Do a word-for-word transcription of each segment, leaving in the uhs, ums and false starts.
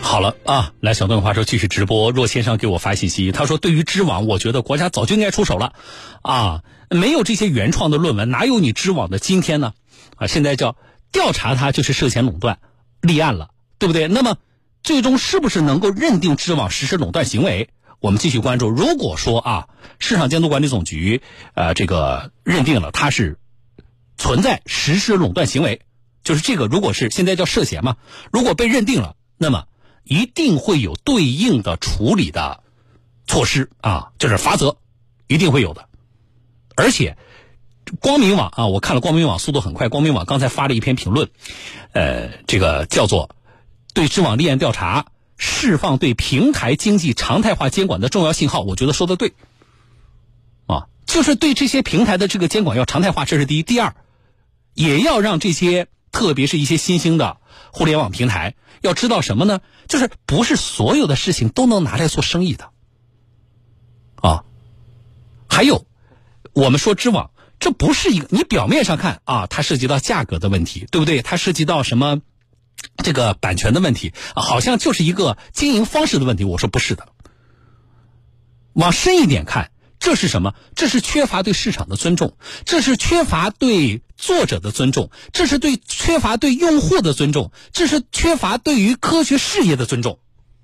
好了啊，来小段话说继续直播。若先生给我发信息，他说对于知网，我觉得国家早就应该出手了啊，没有这些原创的论文，哪有你知网的今天呢？啊，现在叫调查他就是涉嫌垄断，立案了，对不对？那么最终是不是能够认定知网实施垄断行为？我们继续关注。如果说啊，市场监督管理总局呃这个认定了他是存在实施垄断行为，就是这个如果是现在叫涉嫌嘛，如果被认定了，那么一定会有对应的处理的措施啊，就是罚则一定会有的。而且光明网啊，我看了光明网速度很快，光明网刚才发了一篇评论，呃，这个叫做对知网立案调查释放对平台经济常态化监管的重要信号，我觉得说的对啊，就是对这些平台的这个监管要常态化，这是第一。第二，也要让这些特别是一些新兴的互联网平台要知道什么呢？就是不是所有的事情都能拿来做生意的啊。还有我们说知网，这不是一个你表面上看啊，它涉及到价格的问题，对不对？它涉及到什么这个版权的问题，啊、好像就是一个经营方式的问题。我说不是的，往深一点看，这是什么？这是缺乏对市场的尊重，这是缺乏对作者的尊重，这是对缺乏对用户的尊重，这是缺乏对于科学事业的尊重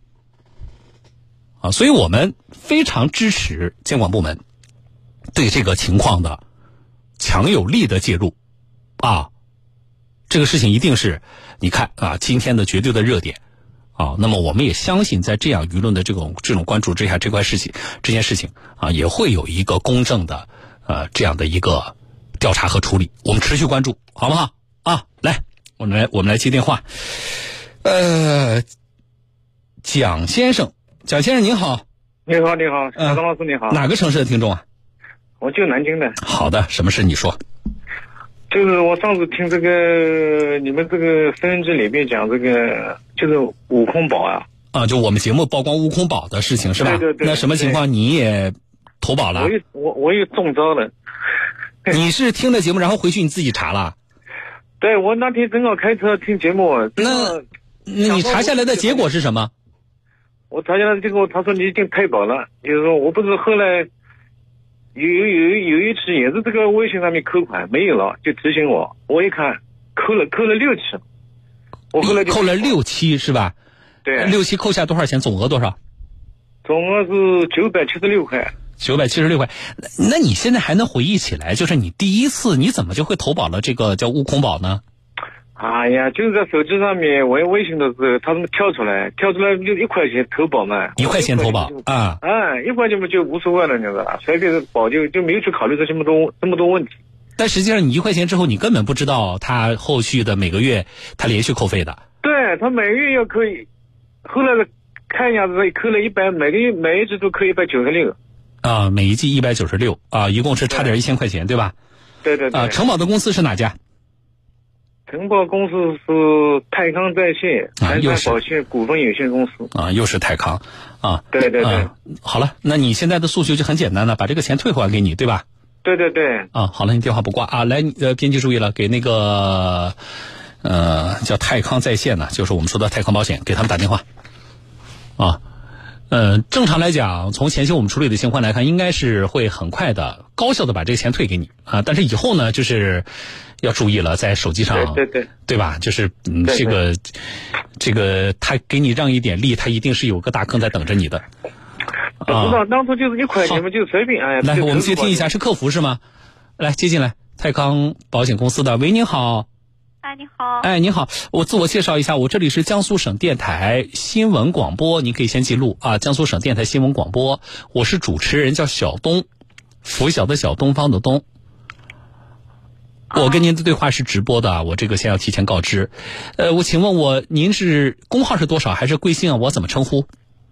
啊！所以我们非常支持监管部门对这个情况的强有力的介入啊！这个事情一定是你看啊，今天的绝对的热点啊，那么我们也相信，在这样舆论的这种这种关注之下，这块事情这件事情啊，也会有一个公正的呃这样的一个调查和处理。我们持续关注，好不好？啊，来，我们来我们来接电话。呃，蒋先生，蒋先生您好。 你好，你好，小张老师你好。 哪个城市的听众啊？ 我就南京的。 好的，什么事你说？ 就是我上次听这个你们这个收音机里面讲这个，就是悟空宝啊。 啊，就我们节目曝光悟空宝的事情是吧？ 对对对。 那什么情况？你也投保了？ 我也我我也中招了。 你是听了节目，然后回去你自己查了？ 对，我那天正好开车听节目。 那那你查下来的结果是什么？ 我查下来的结果，他说你已经退保了。就是说我不是后来。有有有有一次也是这个微信上面扣款没有了，就提醒我，我一看扣了扣了六期，我后来就扣了六期是吧？ 对， 六期扣下多少钱？总额多少？ 总额是九百七十六块。 九百七十六块，那你现在还能回忆起来，就是你第一次你怎么就会投保了这个叫悟空宝呢？ 哎呀，就是在手机上面玩微信的时候，他怎么跳出来，跳出来就一块钱投保嘛， 一块钱投保啊， 啊，一块钱嘛就无所谓了，你知道吧？随便保就就没有去考虑这么多这么多问题。 但实际上，你一块钱之后，你根本不知道他后续的每个月他连续扣费的。 对他每个月要扣，后来看一下子扣了一百，每个月每一季都扣一百九十六。 啊，每一季一百九十六啊，一共是差点一千块钱，对吧？ 对对对。 啊，承保的公司是哪家？ 承保公司是泰康在线南山保险股份有限公司啊，又是泰康啊。 对对对、 啊。好了，那你现在的诉求就很简单了，把这个钱退还给你，对吧？ 对对对。 啊，好了，你电话不挂啊，来，呃，编辑注意了，给那个呃叫泰康在线呢，就是我们说的泰康保险，给他们打电话啊。呃，正常来讲，从前期我们处理的情况来看，应该是会很快的、高效的把这个钱退给你啊。但是以后呢，就是要注意了，在手机上， 对对对， 对吧？就是嗯， 对对这个这个他给你让一点利，他一定是有个大坑在等着你的。 我知道，当初就是一块钱嘛，就随便哎。 来，我们接听一下，是客服是吗？来接进来，泰康保险公司的，喂，您好。 哎，你好。 哎，你好，我自我介绍一下，我这里是江苏省电台新闻广播，您可以先记录啊，江苏省电台新闻广播，我是主持人，叫小东，拂晓的小，东方的东。我跟您的对话是直播的，我这个先要提前告知。呃，我请问我您是工号是多少，还是贵姓啊？我怎么称呼？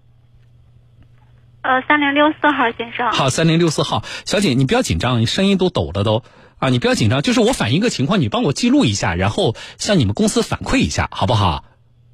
呃，三零六四号先生。 好，三零六四号小姐，你不要紧张，你声音都抖了都。啊，你不要紧张，就是我反映一个情况，你帮我记录一下，然后向你们公司反馈一下，好不好？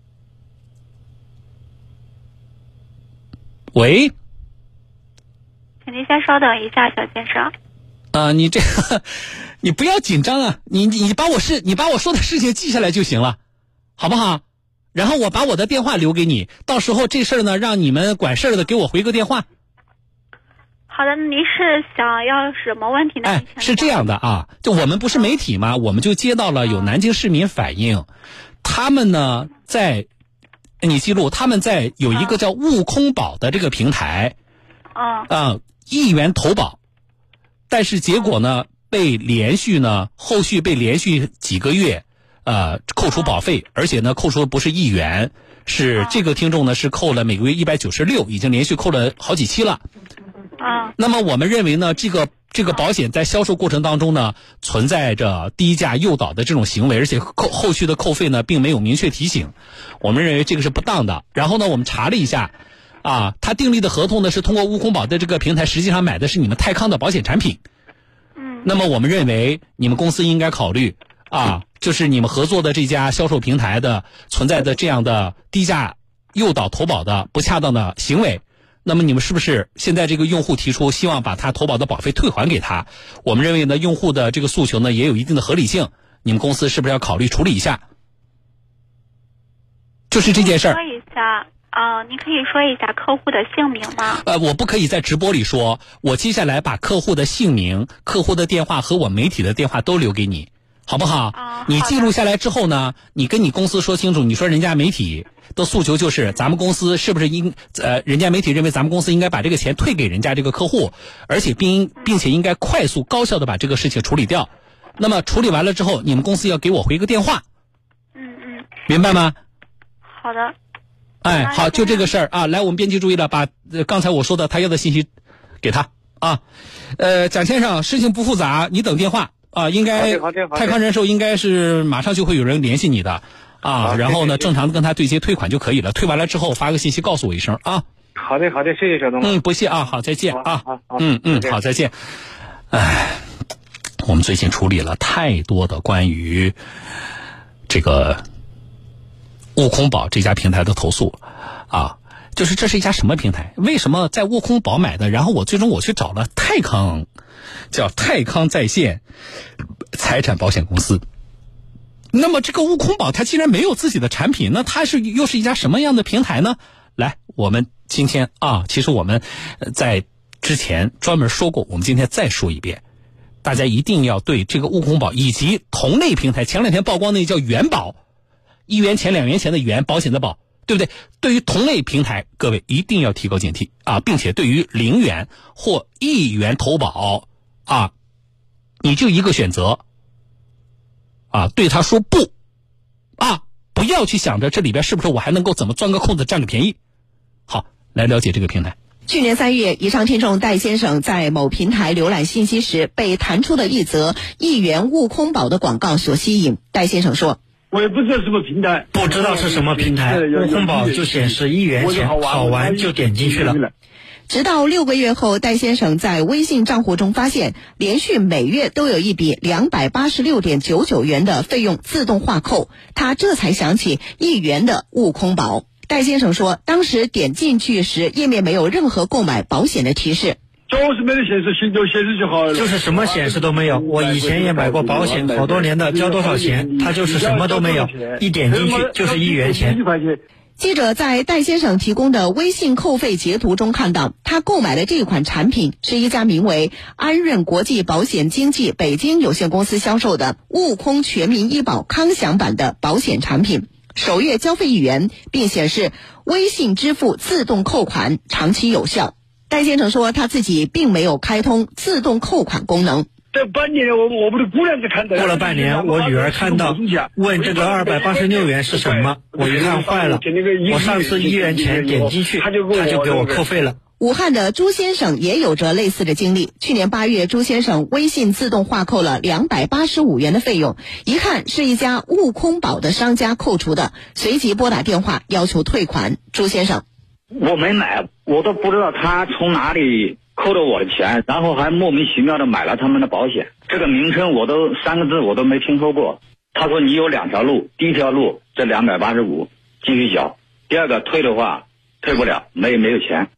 喂， 请您先稍等一下，小先生。 啊，你这个，你不要紧张啊，你你把我事，你把我说的事情记下来就行了，好不好？ 然后我把我的电话留给你，到时候这事儿呢，让你们管事儿的给我回个电话。 好的，您是想要什么问题呢？ 哎，是这样的啊，就我们不是媒体吗？我们就接到了有南京市民反映，他们呢在，你记录，他们在有一个叫悟空宝的这个平台， 啊啊，一元投保，但是结果呢被连续呢，后续被连续几个月呃扣除保费，而且呢扣除的不是一元，是这个听众呢是扣了每个月一百九十六，已经连续扣了好几期了。 啊， 那么我们认为呢，这个这个保险在销售过程当中呢，存在着低价诱导的这种行为，而且扣后续的扣费呢，并没有明确提醒，我们认为这个是不当的。然后呢，我们查了一下，啊，他订立的合同呢是通过悟空宝的这个平台，实际上买的是你们泰康的保险产品。 嗯， 那么我们认为你们公司应该考虑啊，就是你们合作的这家销售平台的存在的这样的低价诱导投保的不恰当的行为。那么你们是不是现在这个用户提出希望把他投保的保费退还给他？我们认为呢，用户的这个诉求呢也有一定的合理性，你们公司是不是要考虑处理一下？就是这件事儿。 说一下啊，您可以说一下客户的姓名吗？ 呃，我不可以在直播里说，我接下来把客户的姓名、客户的电话和我媒体的电话都留给你，好不好？ 啊， 你记录下来之后呢，你跟你公司说清楚，你说人家媒体的诉求就是咱们公司是不是应呃，人家媒体认为咱们公司应该把这个钱退给人家这个客户，而且并并且应该快速高效的把这个事情处理掉。那么处理完了之后，你们公司要给我回个电话。 嗯嗯， 明白吗？ 好的。 哎，好，就这个事儿啊。来，我们编辑注意了，把、呃、刚才我说的他要的信息给他啊。呃，蒋先生，事情不复杂，你等电话啊。应该泰康人寿应该是马上就会有人联系你的啊。然后呢，正常的跟他对接退款就可以了。退完了之后发个信息告诉我一声啊。 好的，好的，谢谢小东。 嗯，不谢啊，好，再见啊。 好，好， 嗯嗯，好，再见。哎，我们最近处理了太多的关于这个悟空宝这家平台的投诉啊，就是这是一家什么平台？为什么在悟空宝买的？然后我最终我去找了泰康，叫泰康在线财产保险公司。那么这个悟空宝它既然没有自己的产品，那它是又是一家什么样的平台呢？来，我们今天啊，其实我们在之前专门说过，我们今天再说一遍，大家一定要对这个悟空宝以及同类平台，前两天曝光那叫元宝。一元钱两元钱的元，保险的保，对不对？对于同类平台，各位一定要提高警惕啊，并且对于零元或一元投保啊，你就一个选择啊，对他说不啊，不要去想着这里边是不是我还能够怎么钻个空子占个便宜。好，来了解这个平台。 去年三月，以上听众戴先生在某平台浏览信息时，被弹出的一则一元悟空宝的广告所吸引。戴先生说， 我也不知道什么平台， 不知道是什么平台，悟空宝就显示一元钱，好玩就点进去了。 直到六个月后，戴先生在微信账户中发现，连续每月都有一笔两百八十六点九九元的费用自动划扣，他这才想起一元的悟空宝。戴先生说，当时点进去时，页面没有任何购买保险的提示。 就是没得显示，行动显示就好了。 就是什么显示都没有。我以前也买过保险，好多年的，交多少钱，它就是什么都没有，一点进去就是一元钱。 记者在戴先生提供的微信扣费截图中看到，他购买的这款产品是一家名为安润国际保险经纪北京有限公司销售的悟空全民医保康享版的保险产品，首月交费一元，并显示微信支付自动扣款，长期有效。戴先生说，他自己并没有开通自动扣款功能。 这半年我我们的姑娘在看到。 过了半年，我女儿看到，问这个二百八十六元是什么？我一看坏了，我上次一元钱点进去，他就给我扣费了。 武汉的朱先生也有着类似的经历。去年八月，朱先生微信自动划扣了两百八十五元的费用，一看是一家悟空宝的商家扣除的，随即拨打电话要求退款。朱先生， 我没买，我都不知道他从哪里扣了我的钱，然后还莫名其妙的买了他们的保险。这个名称我都三个字我都没听说过。他说你有两条路，第一条路这两百八十五继续缴，第二个退的话退不了，没没有钱。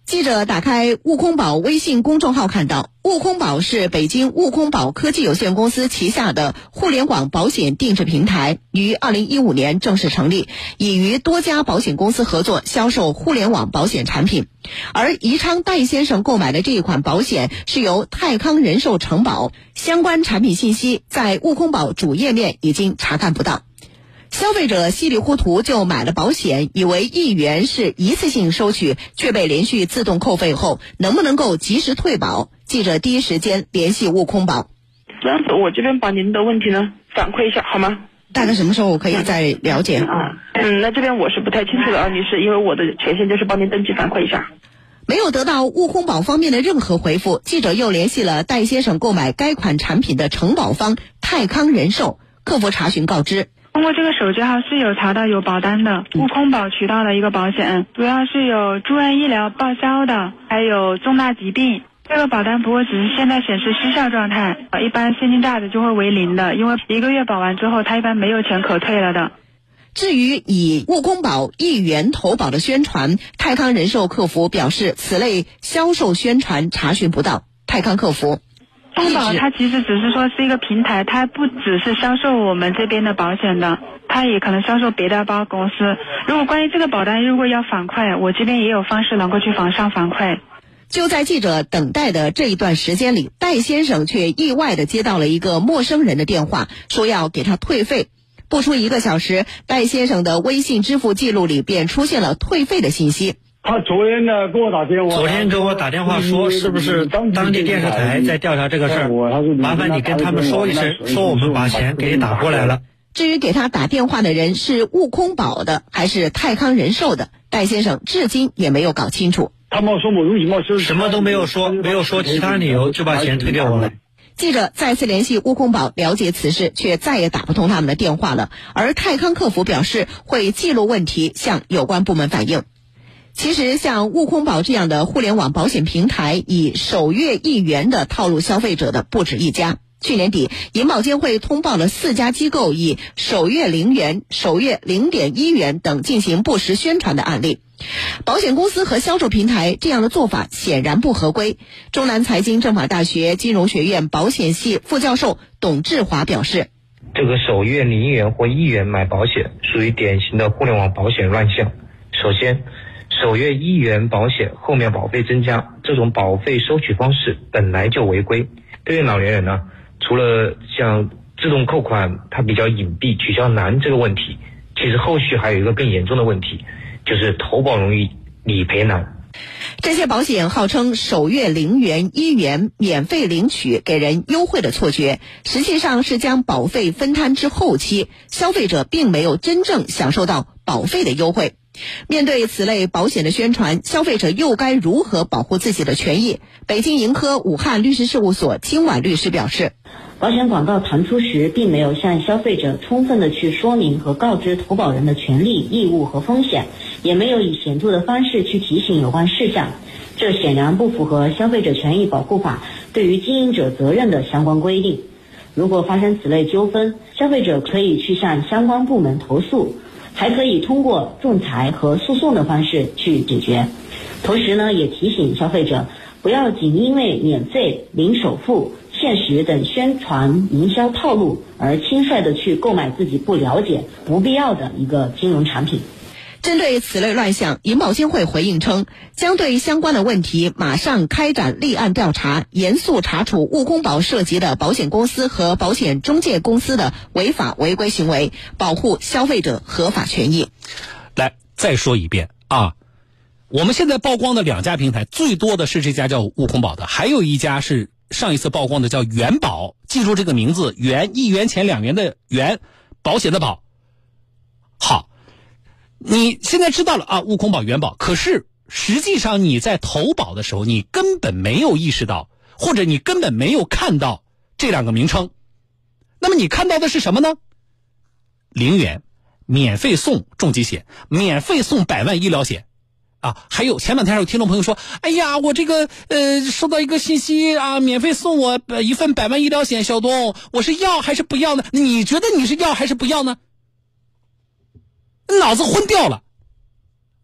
记者打开悟空宝微信公众号看到，悟空宝是北京悟空宝科技有限公司旗下的互联网保险定制平台，于二零一五年正式成立，已与多家保险公司合作销售互联网保险产品。而宜昌戴先生购买的这一款保险是由泰康人寿承保，相关产品信息在悟空宝主页面已经查看不到。消费者稀里糊涂就买了保险，以为一元是一次性收取，却被连续自动扣费后，能不能够及时退保？记者第一时间联系悟空保。 这样子，我这边把您的问题呢反馈一下好吗？ 大概什么时候我可以再了解？ 啊，嗯，那这边我是不太清楚的啊，女士，因为我的权限就是帮您登记反馈一下。 没有得到悟空宝方面的任何回复，记者又联系了戴先生购买该款产品的承保方泰康人寿，客服查询告知， 通过这个手机号是有查到有保单的，悟空宝渠道的一个保险，主要是有住院医疗报销的，还有重大疾病。这个保单不过只是现在显示失效状态，一般现金价值就会为零的，因为一个月保完之后，它一般没有钱可退了的。 至于以悟空宝一元投保的宣传，泰康人寿客服表示此类销售宣传查询不到。泰康客服， 悟空宝它其实只是说是一个平台，它不只是销售我们这边的保险的，它也可能销售别的保公司。如果关于这个保单如果要反馈，我这边也有方式能够去网上反馈。 就在记者等待的这一段时间里，戴先生却意外地接到了一个陌生人的电话，说要给他退费。不出一个小时，戴先生的微信支付记录里便出现了退费的信息。 他昨天呢给我打电话， 昨天给我打电话说，是不是当地电视台在调查这个事儿？麻烦你跟他们说一声，说我们把钱给你打过来了。 至于给他打电话的人是悟空宝的还是泰康人寿的，戴先生至今也没有搞清楚。 他没说某东西，没说什么都没有说，没有说其他理由就把钱退给我了。 记者再次联系悟空宝了解此事，却再也打不通他们的电话了。而泰康客服表示会记录问题，向有关部门反映。其实像悟空宝这样的互联网保险平台，以首月一元的套路消费者的不止一家。去年底，银保监会通报了四家机构以首月零元、首月零点一元等进行不实宣传的案例。保险公司和销售平台这样的做法显然不合规。中南财经政法大学金融学院保险系副教授董志华表示， 这个首月零元或一元买保险属于典型的互联网保险乱象。首先，首月一元保险后面保费增加，这种保费收取方式本来就违规。对于老年人呢，除了像自动扣款它比较隐蔽取消难这个问题，其实后续还有一个更严重的问题，就是投保容易理赔难。 这些保险号称首月零元、一元免费领取，给人优惠的错觉，实际上是将保费分摊至后期，消费者并没有真正享受到保费的优惠。面对此类保险的宣传，消费者又该如何保护自己的权益？北京盈科武汉律师事务所金婉律师表示， 保险广告弹出时，并没有向消费者充分的去说明和告知投保人的权利、义务和风险，也没有以显著的方式去提醒有关事项，这显然不符合消费者权益保护法对于经营者责任的相关规定。如果发生此类纠纷，消费者可以去向相关部门投诉，还可以通过仲裁和诉讼的方式去解决。同时呢，也提醒消费者不要仅因为免费、零首付、限时等宣传营销套路而轻率的去购买自己不了解、不必要的一个金融产品。 针对此类乱象，银保监会回应称，将对相关的问题马上开展立案调查，严肃查处悟空宝涉及的保险公司和保险中介公司的违法违规行为，保护消费者合法权益。 来，再说一遍啊，我们现在曝光的两家平台，最多的是这家叫悟空宝的，还有一家是上一次曝光的叫元保，记住这个名字，元一元钱两元的元，保险的保。好，你现在知道了啊，悟空宝、元保，可是实际上你在投保的时候，你根本没有意识到，或者你根本没有看到这两个名称。那么你看到的是什么呢？零元免费送重疾险，免费送百万医疗险啊，还有前两天还有听众朋友说，哎呀，我这个呃收到一个信息啊，免费送我一份百万医疗险，小东，我是要还是不要呢？你觉得你是要还是不要呢？脑子昏掉了。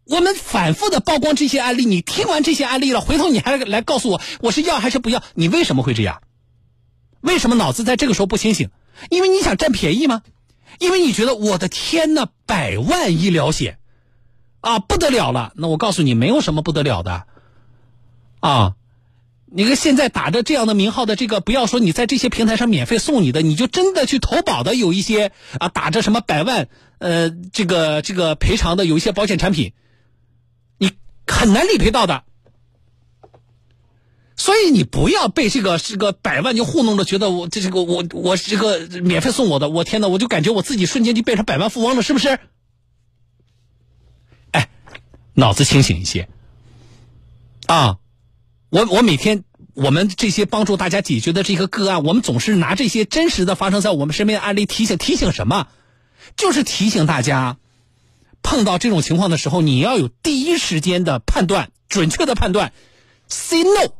我们反复的曝光这些案例，你听完这些案例了，回头你还来告诉我我是要还是不要，你为什么会这样？为什么脑子在这个时候不清醒？因为你想占便宜吗？因为你觉得我的天哪，百万医疗险啊，不得了了。那我告诉你，没有什么不得了的啊。你看现在打着这样的名号的这个，不要说你在这些平台上免费送你的，你就真的去投保的有一些啊，打着什么百万呃这个这个赔偿的有一些保险产品，你很难理赔到的。所以你不要被这个这个百万就糊弄着，觉得我这这个我我这个免费送我的，我天哪，我就感觉我自己瞬间就变成百万富翁了，是不是？哎，脑子清醒一些啊！我我每天我们这些帮助大家解决的这个个案，我们总是拿这些真实的发生在我们身边的案例提醒提醒什么？就是提醒大家，碰到这种情况的时候，你要有第一时间的判断，准确的判断 ，say no。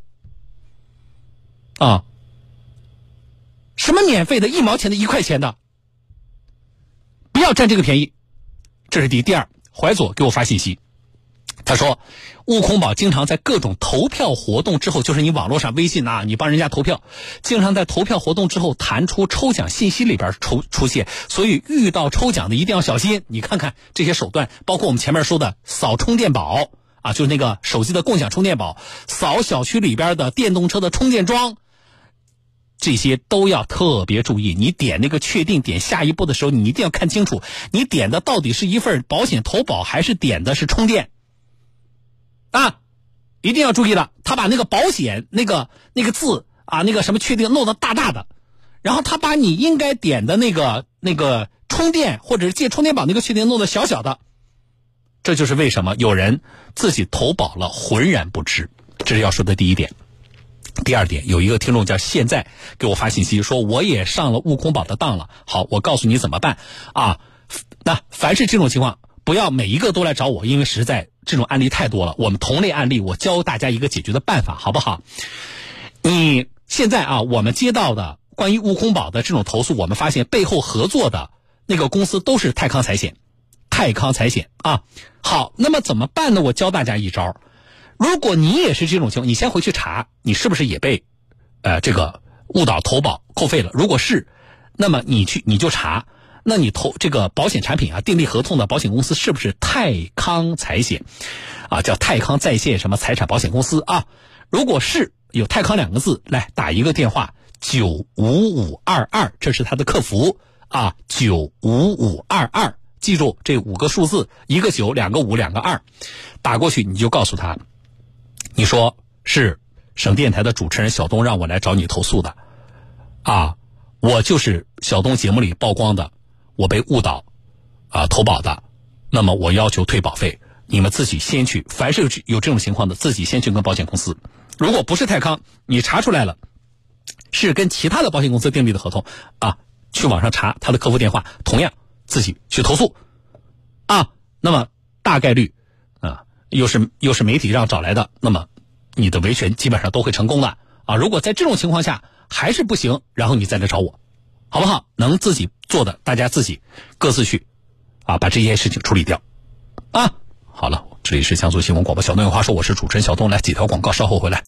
啊，什么免费的，一毛钱的，一块钱的，不要占这个便宜。这是第一。第二，怀左给我发信息，他说悟空宝经常在各种投票活动之后，就是你网络上微信啊，你帮人家投票，经常在投票活动之后弹出抽奖信息里边出出现，所以遇到抽奖的一定要小心。你看看这些手段，包括我们前面说的扫充电宝啊，就是那个手机的共享充电宝，扫小区里边的电动车的充电桩。这些都要特别注意，你点那个确定点下一步的时候，你一定要看清楚，你点的到底是一份保险投保还是点的是充电啊，一定要注意了。他把那个保险那个那个字啊，那个什么确定弄得大大的，然后他把你应该点的那个那个充电或者是借充电宝那个确定弄得小小的，这就是为什么有人自己投保了浑然不知。这是要说的第一点。第二点，有一个听众叫现在给我发信息说，我也上了悟空宝的当了。好，我告诉你怎么办啊？那凡是这种情况，不要每一个都来找我，因为实在这种案例太多了。我们同类案例，我教大家一个解决的办法，好不好？你现在啊，我们接到的关于悟空宝的这种投诉，我们发现背后合作的那个公司都是泰康财险，泰康财险啊。好，那么怎么办呢？我教大家一招。如果你也是这种情况，你先回去查，你是不是也被，呃，这个误导投保扣费了？如果是，那么你去你就查，那你投这个保险产品啊，订立合同的保险公司是不是泰康财险，啊，叫泰康在线什么财产保险公司啊？如果是有泰康两个字，来打一个电话九五五二二，这是他的客服啊，九五五二二，记住这五个数字，一个九，两个五，两个二，打过去你就告诉他。你说是省电台的主持人小东让我来找你投诉的啊，我就是小东节目里曝光的，我被误导啊投保的，那么我要求退保费，你们自己先去，凡是有有这种情况的，自己先去跟保险公司。如果不是泰康，你查出来了是跟其他的保险公司订立的合同啊，去网上查他的客服电话，同样自己去投诉啊，那么大概率啊又是又是媒体上找来的，那么你的维权基本上都会成功的啊。如果在这种情况下还是不行，然后你再来找我，好不好？能自己做的，大家自己各自去啊，把这些事情处理掉啊。好了，这里是江苏新闻广播小东有话说，我是主持人小东，来几条广告，稍后回来。